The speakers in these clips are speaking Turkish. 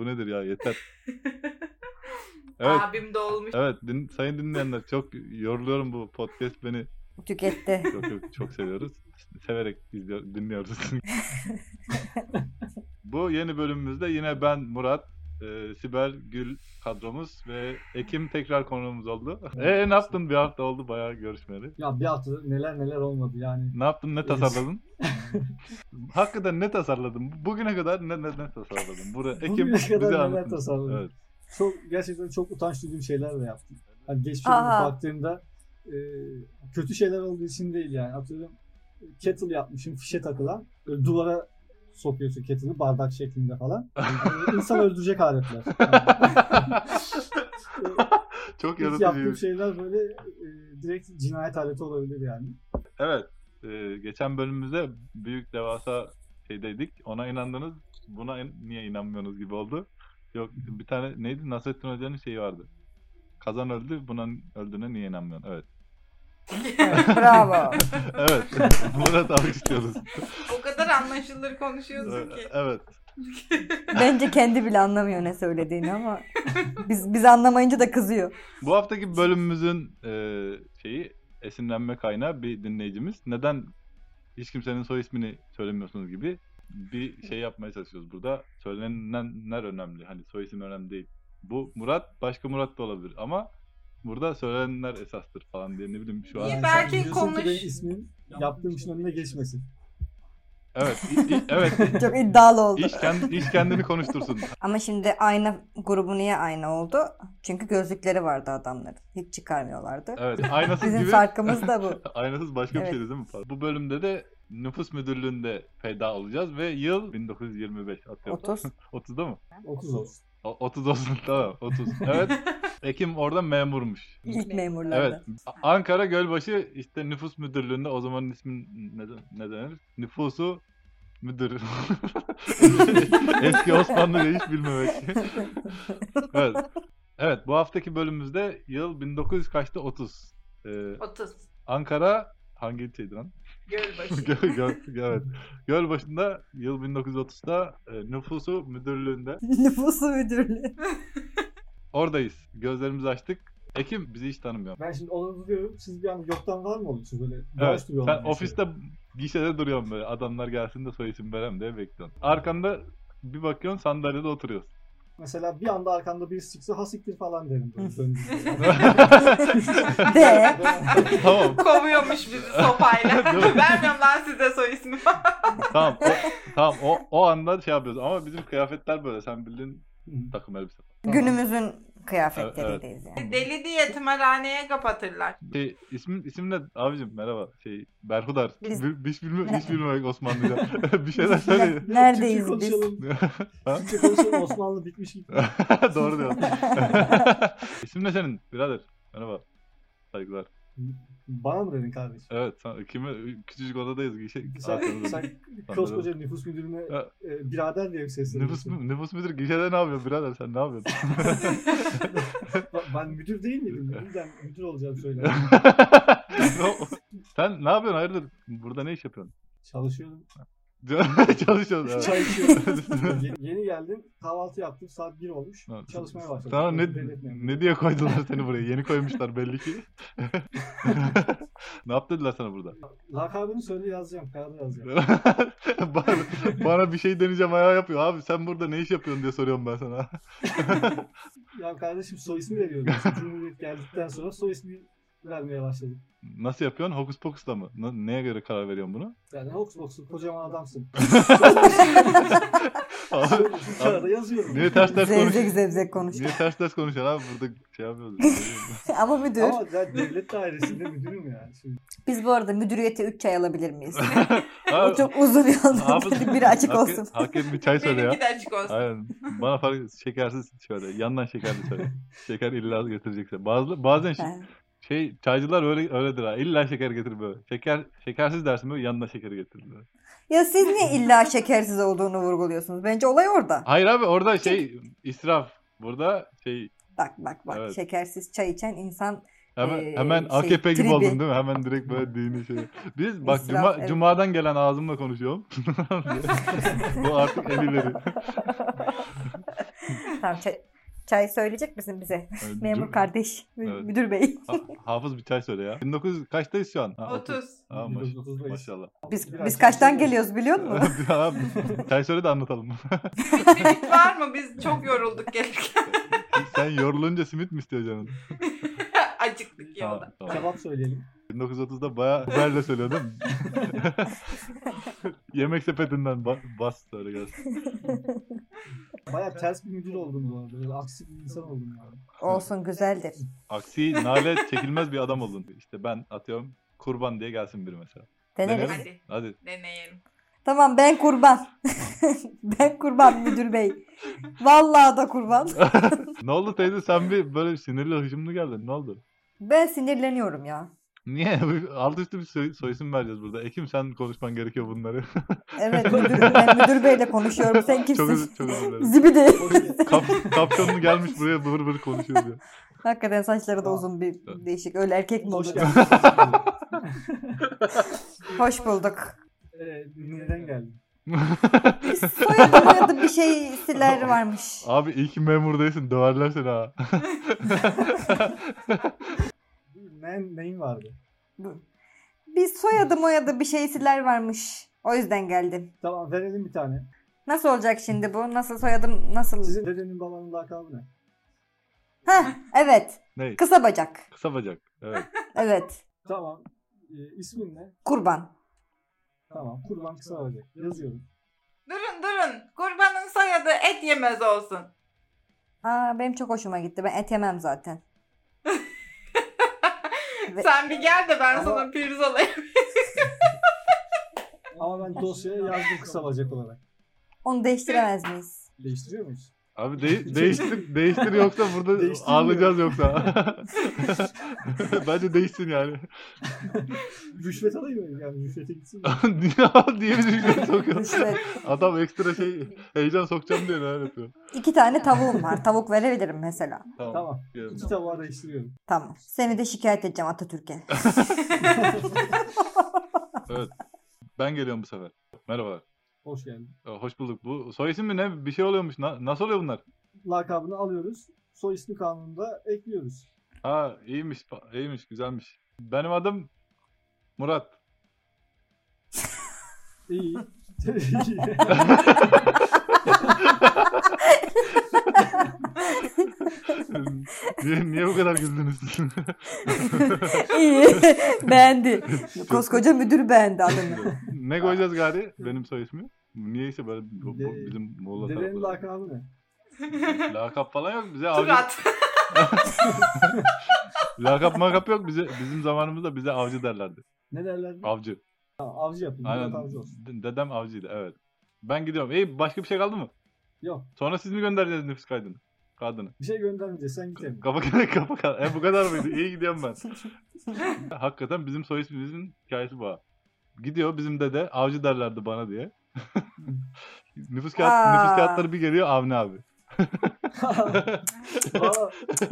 Bu nedir ya, yeter. Evet. Abim de olmuş. Evet sayın dinleyenler, çok yoruluyorum, bu podcast beni Tüketti. çok seviyoruz. Severek dinliyoruz. Bu yeni bölümümüzde yine ben, Murat, Sibel, Gül kadromuz ve Ekim tekrar konuğumuz oldu. Ne yaptın? Bir hafta oldu bayağı görüşmeli. Ya bir hafta neler olmadı yani. Ne yaptın? Ne tasarladın? Hakikaten ne tasarladın? Bugüne kadar ne tasarladın? Ekim Bugüne bize kadar neler anlatın. tasarladım. Evet. Gerçekten çok utanç duyduğum şeyler de yaptım. Hani geçmişe baktığımda kötü şeyler olduğu için değil yani. Atıyorum kettle yapmışım, fişe takılan. Böyle duvara sokuyorsun kettle'ı bardak şeklinde falan. Yani insan öldürecek aletler. Çok yaptığım yaratıcı. şeyler böyle direkt cinayet aleti olabilir yani. Evet. Geçen bölümümüzde büyük devasa şeydeydik. Ona inandınız. Buna niye inanmıyorsunuz gibi oldu. Yok, bir tane neydi? Nasrettin Hoca'nın şeyi vardı. Kazan öldü. Bunun öldüğüne niye inanmıyorsun? Evet. Bravo. Evet. Murat almak istiyoruz. O kadar anlaşılır konuşuyorsun ki. Evet. Bence kendi bile anlamıyor ne söylediğini ama biz anlamayınca da kızıyor. Bu haftaki bölümümüzün esinlenme kaynağı bir dinleyicimiz. Neden hiç kimsenin soy ismini söylemiyorsunuz gibi bir şey yapmaya çalışıyoruz burada. Söylenenler önemli. Hani soy isim önemli değil. Bu Murat başka Murat da olabilir ama burada söylenenler esastır falan diye, ne bileyim şu an. İyi, belki Sen diyorsun ki konuş. benim ismim yaptığım işin önüne geçmesin. Evet. Evet. Çok iddialı oldu. İş kendini konuştursun. Ama şimdi ayna grubu niye ayna oldu? Çünkü gözlükleri vardı adamların. Hiç çıkarmıyorlardı. Evet. Aynasız Bizim gibi. farkımız da bu. Aynasız başka bir Evet. şeydi değil mi? Bu bölümde de nüfus müdürlüğünde feda olacağız ve yıl 1925. Atıyorum. 30. 30'da mı? 30 olsun. 30 olsun, tamam, 30. Evet. Ekim orada memurmuş. İlk memurlardan. Evet. Ankara Gölbaşı işte nüfus müdürlüğünde, o zamanın ismi ne denir? Nüfusu müdür. Eski Osmanlıca hiç bilmemek. Evet. Evet, bu haftaki bölümümüzde yıl 1900 kaçtı? 30. 30. Ankara hangi ilçeydi lan? Gölbaşı. Evet. Gölbaşı'nda yıl 1930'da nüfusu müdürlüğünde. Nüfusu müdürlüğü. Oradayız. Gözlerimizi açtık. Ekim bizi hiç tanımıyor. Ben şimdi onu diyorum. Siz bir an yoktan var mı oluyorsunuz böyle? Evet. Duruyorlar Sen ofiste gişede duruyorsun böyle. Adamlar gelsin de soy isim verem diye bekliyorsun. Arkanda bir bakıyorsun, sandalyede oturuyorsun. Mesela bir anda arkanda birisi çıksa hasiktir falan derim. Böyle De. Tamam. Kovuyormuş bizi sopayla. Vermiyorum lan size soy ismi. Tamam. O anda şey yapıyoruz. Ama bizim kıyafetler böyle. Sen bildiğin takım elbise. Günümüzün kıyafetlerindeyiz yani. Deli diye tımarhaneye kapatırlar. İsim ne abicim? Merhaba. Berhudar. Biz- Hiç bilmemek Osmanlıca. Bir şeyler söyle. Neredeyiz Türkçe biz? konuşalım. Ha? Türkçe konuşalım, Osmanlı bitmiş gibi. Doğru diyorsun. İsim ne senin birader? Merhaba. Saygılar. Bana mı dedin kardeşim? Evet. Küçücük odadayız. Sen koskoca nüfus müdürüne birader diye bir sesleniyorsun. Nüfus müdür gişede ne yapıyorsun birader, sen ne yapıyorsun? Ben müdür değil miydim? Müdürden müdür olacağım söyle. Sen ne yapıyorsun, hayırdır? Burada ne iş yapıyorsun? Çalışıyorum. Çalışıyorsun. Evet. Çay içiyorum. Yeni geldim. Kahvaltı yaptım. Saat 1 olmuş. Çalışmaya başladım. Tamam, ne diye koydular seni buraya? Yeni koymuşlar belli ki. Ne yap dediler sana burada? Lakabını söyle, yazacağım. Kağıda yazacağım. bana bir şey deneyeceğim ayağı yapıyor. Abi sen burada ne iş yapıyorsun diye soruyorum ben sana. Ya kardeşim soy ismi veriyorum. Cumhuriyet geldikten sonra soy ismi vermeye başladım. Nasıl yapıyorsun? Hokus pokusla mı? Neye göre karar veriyorsun bunu? Yani hokus pokus kocaman adamsın. Abi, Kağıda yazıyorum. niye ters konuşuyorsun? Zevzek konuşuyor. Niye ters konuşuyorsun abi? Burada şey yapıyoruz. Ama müdür. Ama ben devlet dairesinde müdürüm yani. Şimdi. Biz bu arada müdüriyete 3 çay alabilir miyiz? Abi, O çok uzun bir yolda. Hafız- Biri açık olsun. Hak et bir çay söyle ya. Benimki de açık olsun. Aynen. Bana şekersiz şöyle. Yandan şekerli söyle. Şeker illa getirecekse. Bazen çaycılar öyledir ha. İlla şeker getir böyle. Şekersiz dersin böyle, yanına şekeri getirirler. Ya siz niye illa şekersiz olduğunu vurguluyorsunuz? Bence olay orada. Hayır abi, orada israf. Burada Bak. Evet. Şekersiz çay içen insan hemen AKP gibi tribi. oldun değil mi? Hemen direkt böyle dini şey. Biz bak İsraf, evet. Cuma'dan gelen ağzımla konuşuyorum. Bu artık el ileri. Tamam çay söyleyecek misin bize? Memur kardeş, Evet. müdür bey. Hafız bir çay söyle ya. 1900 kaçtayız şu an? Ha, 30. Ha, 1930'dayız. maşallah. Biz kaçtan geliyoruz biliyor musun? Abi, çay söyle de anlatalım. Simit var mı? Biz çok yorulduk gelirken. Sen yorulunca simit mi istiyor canın? Acıktık Ha, yolda. tamam. Kebap söyleyelim. 1930'da bayağı haberle söylüyor değil mi? Yemek sepetinden bas söyle gelsin. Baya ters bir müdür oldum bu arada. Böyle aksi bir insan oldum yani. Olsun güzeldir. Aksi nale çekilmez bir adam oldun. İşte ben atıyorum kurban diye gelsin biri mesela. Deneriz. Denelim. Hadi Hadi. deneyelim. Tamam ben kurban. Ben kurban müdür bey. Vallahi da kurban. Ne oldu teyze sen bir böyle sinirli hışımlı geldin. Ne oldu? Ben sinirleniyorum ya. Niye? Alt üstü bir soy isim vereceğiz burada. Ekim sen konuşman gerekiyor bunları. Evet ben müdür beyle konuşuyorum. Sen kimsin? çok özür dilerim. Zibidi. Kapşonlu gelmiş buraya bıvır bıvır konuşuyor diyor. Hakikaten saçları da uzun bir değişik. Öyle erkek mi Hoş olur? geldin. Hoş bulduk. Neden geldin? Soyadı bir şeyler varmış. Abi iyi ki memur değilsin. Döverler seni ha. Neyin vardı? Bir soyadı bir şeysiler varmış. O yüzden geldim. Tamam verelim bir tane. Nasıl olacak şimdi bu? Nasıl soyadım nasıl? Sizin dedenin babanın lakabı ne? Heh, evet. Ne? Kısa bacak. Kısa bacak. Evet. Evet. Tamam. İsmin ne? Kurban. Tamam. Kurban kısa bacak. Yazıyorum. Durun. Kurbanın soyadı et yemez olsun. Aa, benim çok hoşuma gitti. Ben et yemem zaten. Sen bir gel de ben Ama- sana pirzolayayım. Ama ben dosyaya yazdım kısa bacak olarak. Onu değiştiremez miyiz? Değiştiriyor muyuz? Abi değiştir yoksa burada Değiştirmiyor. ağlayacağız yoksa. Bence değişsin yani. Rüşvet alayım mı? Yani rüşvete gitsin mi? diye bir şey sokuyor. Rüşvet. Adam ekstra heyecan sokacağım diye neler yapıyor. 2 tane tavuğum var. Tavuk verebilirim mesela. Tamam. Gelin. İki tabağı değiştiriyorum. Tamam. Seni de şikayet edeceğim Atatürk'e. Evet. Ben geliyorum bu sefer. Merhabalar. Hoş geldin. Hoş bulduk. Bu soy isim mi ne? Bir şey oluyormuş. Nasıl oluyor bunlar? Lakabını alıyoruz. Soy ismi kanununda ekliyoruz. Ha iyiymiş, güzelmiş. Benim adım Murat. İyi. niye bu kadar güldünüz? İyi. Beğendi. Koskoca müdür beğendi adını. Ne koyacağız gari? Benim soy ismi. Niyeyse böyle bizim Moğol Dedenin tarafı. lakabı ne? Lakap falan yok. Bize avcı. Turat. Lakap yok. Bizim zamanımızda bize avcı derlerdi. Ne derler? Avcı. Tamam, avcı yapın. Aynen. Murat avcı olsun. Dedem avcıydı. Evet. Ben gidiyorum. Başka bir şey kaldı mı? Yok. Sonra siz mi göndereceğiz nüfus kağıdını? Bir şey göndermeyeceğiz. Sen git evine. Kafa. Bu kadar mıydı? İyi gidiyorum ben. Hakikaten bizim soy ismimizin hikayesi bu. Gidiyor bizim dede avcı derlerdi bana diye. nüfus kağıtları bir geliyor Avni abi. Aa.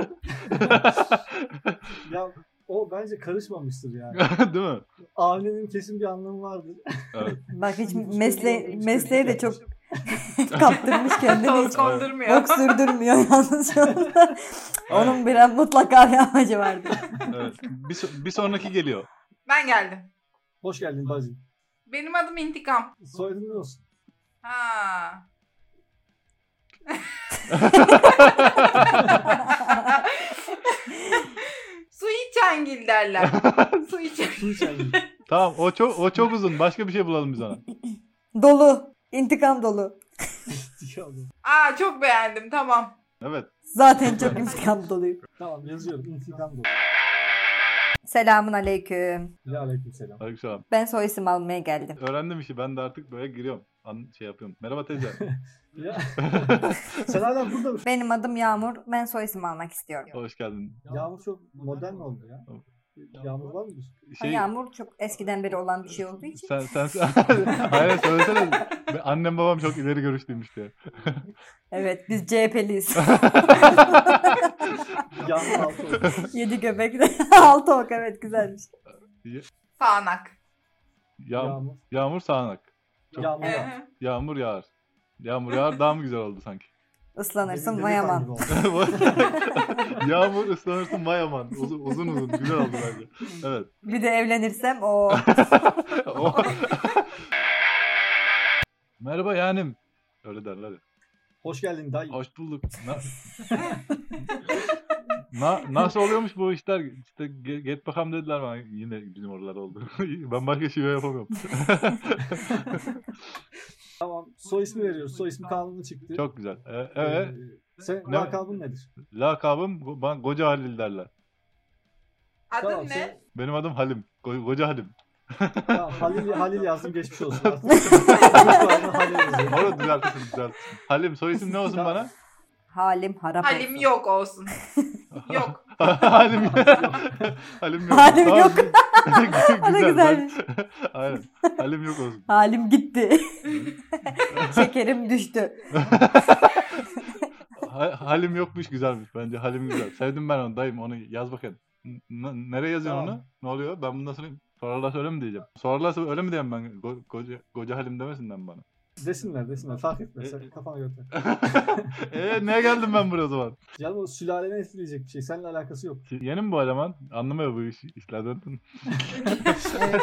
Ya o bence karışmamıştır yani. Değil mi? Avni'nin kesin bir anlamı vardır. Evet. Bak hiç mesleğe de çok kaptırmış kendini. Toz Hiç kondurmuyor. bok sürdürmüyor yalnız şu anda. Onun biraz mutlaka bir amacı vardı. Evet. Bir sonraki geliyor. Ben geldim. Hoş geldin bacı. Benim adım İntikam. Soyadın ne olsun? Ha. Su içengil derler. Su içengil. Su içelim. Tamam o çok uzun. Başka bir şey bulalım biz ona. Dolu. İntikam dolu. Aa çok beğendim tamam. Evet. Zaten çok intikam doluyum. Tamam yazıyorum. İntikam dolu. Selamun aleyküm. Ya aleykümselam. Aleykümselam. Ben soy isim almaya geldim. Öğrendim işi. Ben de artık böyle giriyorum. Şey yapıyorum. Merhaba teyze. Ya. Sen hala burada mısın? Benim adım Yağmur. Ben soy isim almak istiyorum. Hoş geldin. Yağmur çok modern oldu ya. Yağmur var mıdır? Yağmur çok eskiden beri olan bir şey olduğu için. Sen aynen söylesene. Annem babam çok ileri görüşlüymüş diye. Evet biz CHP'liyiz. Yağmur altı oldu. 7 göbekli. 6 ok evet güzelmiş. Sağanak. Yağmur. Yağmur sağanak. Yağmur. Ee, Yağmur yağar. Yağmur yağar daha mı güzel oldu sanki? Islanırsın Demin Mayaman. gibi oldu. Yağmur ıslanırsın vay aman. Uzun uzun. Güzel oldu bence. Evet. Bir de evlenirsem o. Merhaba yeğenim. Öyle derler ya. Hoş geldin dayı. Hoş bulduk. Nasıl oluyormuş bu işler? İşte get bakalım dediler bana. Yine bizim oralar oldu. Ben başka şey yapamıyorum. Tamam. Soy ismi veriyoruz. Soy ismi kanunu çıktı. Çok güzel. Evet. Sen Ne? lakabın nedir? Lakabım bana Koca Halil derler. Adın Tamam, ne? sen- Benim adım Halim. Koca Halim. Tamam, Halil yazdım geçmiş olsun. Artık Halil yazıyorum. Onu düzeltirsin. Halim soy isim ne olsun Tamam. bana? Halim harap Halim olsun. yok olsun. Yok. Halim yok. Halim yok. Halim Tamam. yok. O da Güzel. güzelmiş. Aynen. Halim yok olsun. Halim gitti. Şekerim düştü. Halim yokmuş güzelmiş bence. Halim güzel. Sevdim ben onu dayım. Onu yaz bakayım. Nereye yazıyorsun Tamam. onu? Ne oluyor? Ben bundan sonra sorarlarsa öyle mi diyeceğim? Sorarlarsa öyle mi diyeyim ben? Koca Halim demesinler bana. Desinler. Fark etmez. Sen kafana göre. Neye geldim ben buraya o zaman? Canım o sülaleni etkileyecek bir şey. Seninle alakası yok. Yeni mi bu eleman? Anlamıyor bu işlerden. Evet.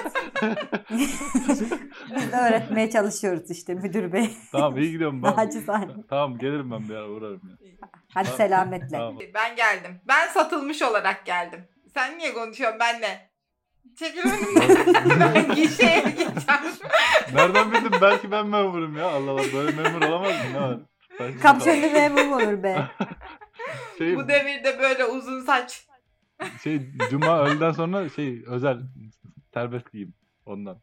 Biz de öğretmeye çalışıyoruz işte müdür bey. Tamam iyi gidiyorum ben. Nacizane. Tamam gelirim ben bir ara uğrarım ya. Hadi Tamam. selametle. Tamam. Ben geldim. Ben satılmış olarak geldim. Sen niye konuşuyorsun benle? Çekil önümden. Ben gişeye gideceğim. Nereden bildin? Belki ben memurum ya. Allah Allah böyle memur olamaz mı? Ne var? Saçma Kapşonlu memur mu olur be? Şey, Bu devirde böyle uzun saç. Cuma öğleden sonra özel serbest giyim ondan.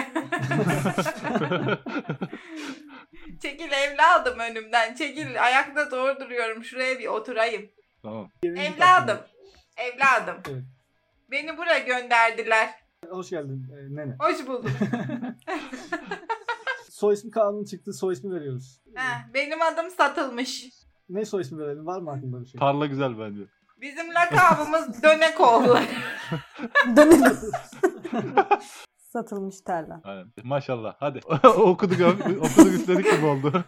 Çekil evladım önümden. Çekil. Ayakta doğru duruyorum. Şuraya bir oturayım. Tamam. Evladım. Evladım. Evet. Beni buraya gönderdiler. Hoş geldin nene. Hoş bulduk. Soy ismi kanunu çıktı. Soy ismi veriyoruz. Benim adım satılmış. Ne soy ismi verelim? Var mı aklında bir şey? Tarla güzel bence. Bizim lakabımız Dönekoğlu. Dönün. Satılmış tarla. Aynen. Maşallah. Hadi. okuduk istedik gibi oldu.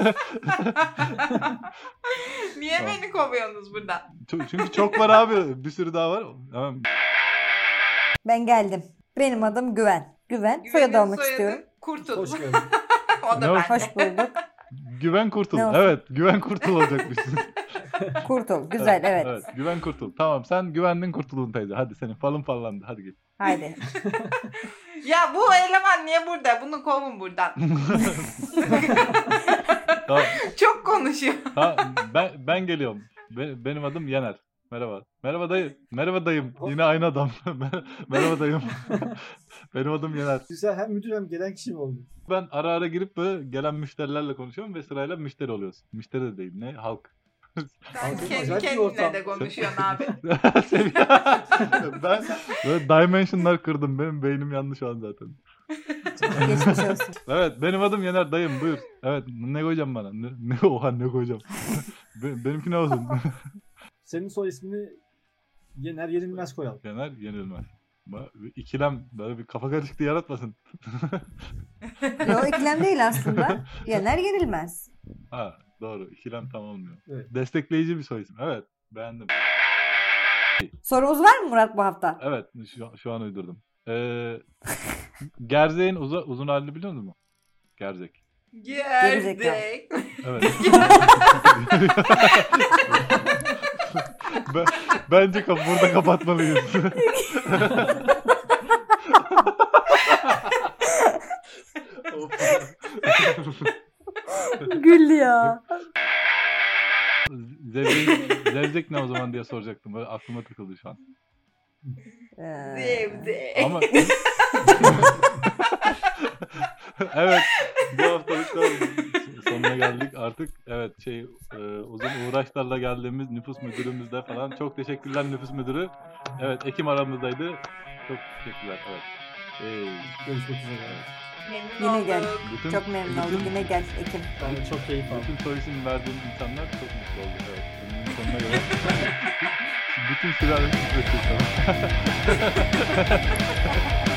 Niye Tamam. beni kovuyorsunuz buradan? Çünkü çok var abi. Bir sürü daha var. Tamam. Ben geldim. Benim adım Güven. Güven. Soyadı Güven'in almak soyadı istiyorum. Kurtul. Hoş geldin. O Ne da olsun? ben. Hoş bulduk. Güven Kurtul. Ne olsun? Evet. Güven Kurtul olacakmış. Kurtul. Güzel evet. Evet. Güven Kurtul. Tamam sen güvendin kurtuldun teyze. Hadi senin falın fallandı. Hadi git. Haydi. Ya bu eleman niye burada? Bunu kovun buradan. Tamam. Çok konuşuyor. Ben geliyorum. Benim adım Yener. Merhaba. Merhaba dayı. Merhaba dayım. Yine aynı adam. Merhaba dayım. Benim adım Yener. Güzel, hem müdür hem gelen kişi mi oldu? Ben ara ara girip böyle gelen müşterilerle konuşuyorum ve sırayla müşteri oluyorsun. Müşteri de değil ne? Halk. Sen Acayip kendi bir kendine ortam. de konuşuyorsun abi. Ben böyle dimensionlar kırdım. Benim beynim yanlış şu an zaten. Geçmiş olsun. Evet benim adım Yener dayım buyur. Evet ne koyacağım bana? Oha ne koyacağım? Benimki ne olsun? Senin soy ismini Yener Yenilmez koyalım. Yener yenilmez. İkilem böyle bir kafa karışıklığı yaratmasın. Yok ikilem değil aslında. Yener yenilmez. Ha doğru ikilem tam olmuyor. Evet. Destekleyici bir soy isim. Evet beğendim. Sorumuz var mı Murat bu hafta? Evet şu an uydurdum. Gerzek'in uzun halini biliyor musun? Gerzek. Gerzek. Evet. Bence burada kapatmalıyız. Gül ya. Zevzek ne o zaman diye soracaktım. Böyle aklıma takıldı şu an. Zevzek. Ama evet bu haftalık da sonuna geldik artık. Evet uzun uğraşlarla geldiğimiz nüfus müdürümüzde falan çok teşekkürler nüfus müdürü. Evet Ekim aramızdaydı. Çok teşekkürler. Evet. Görüşmek üzere. Memnun Yine gel. olduk. Çok memnun oldum. Yine gel Ekim. Ben de çok keyif aldım. Bütün soy isim verdiğim insanlar çok mutlu oldu. Evet. Bunun sonuna göre bütün sülalemiz mutlu.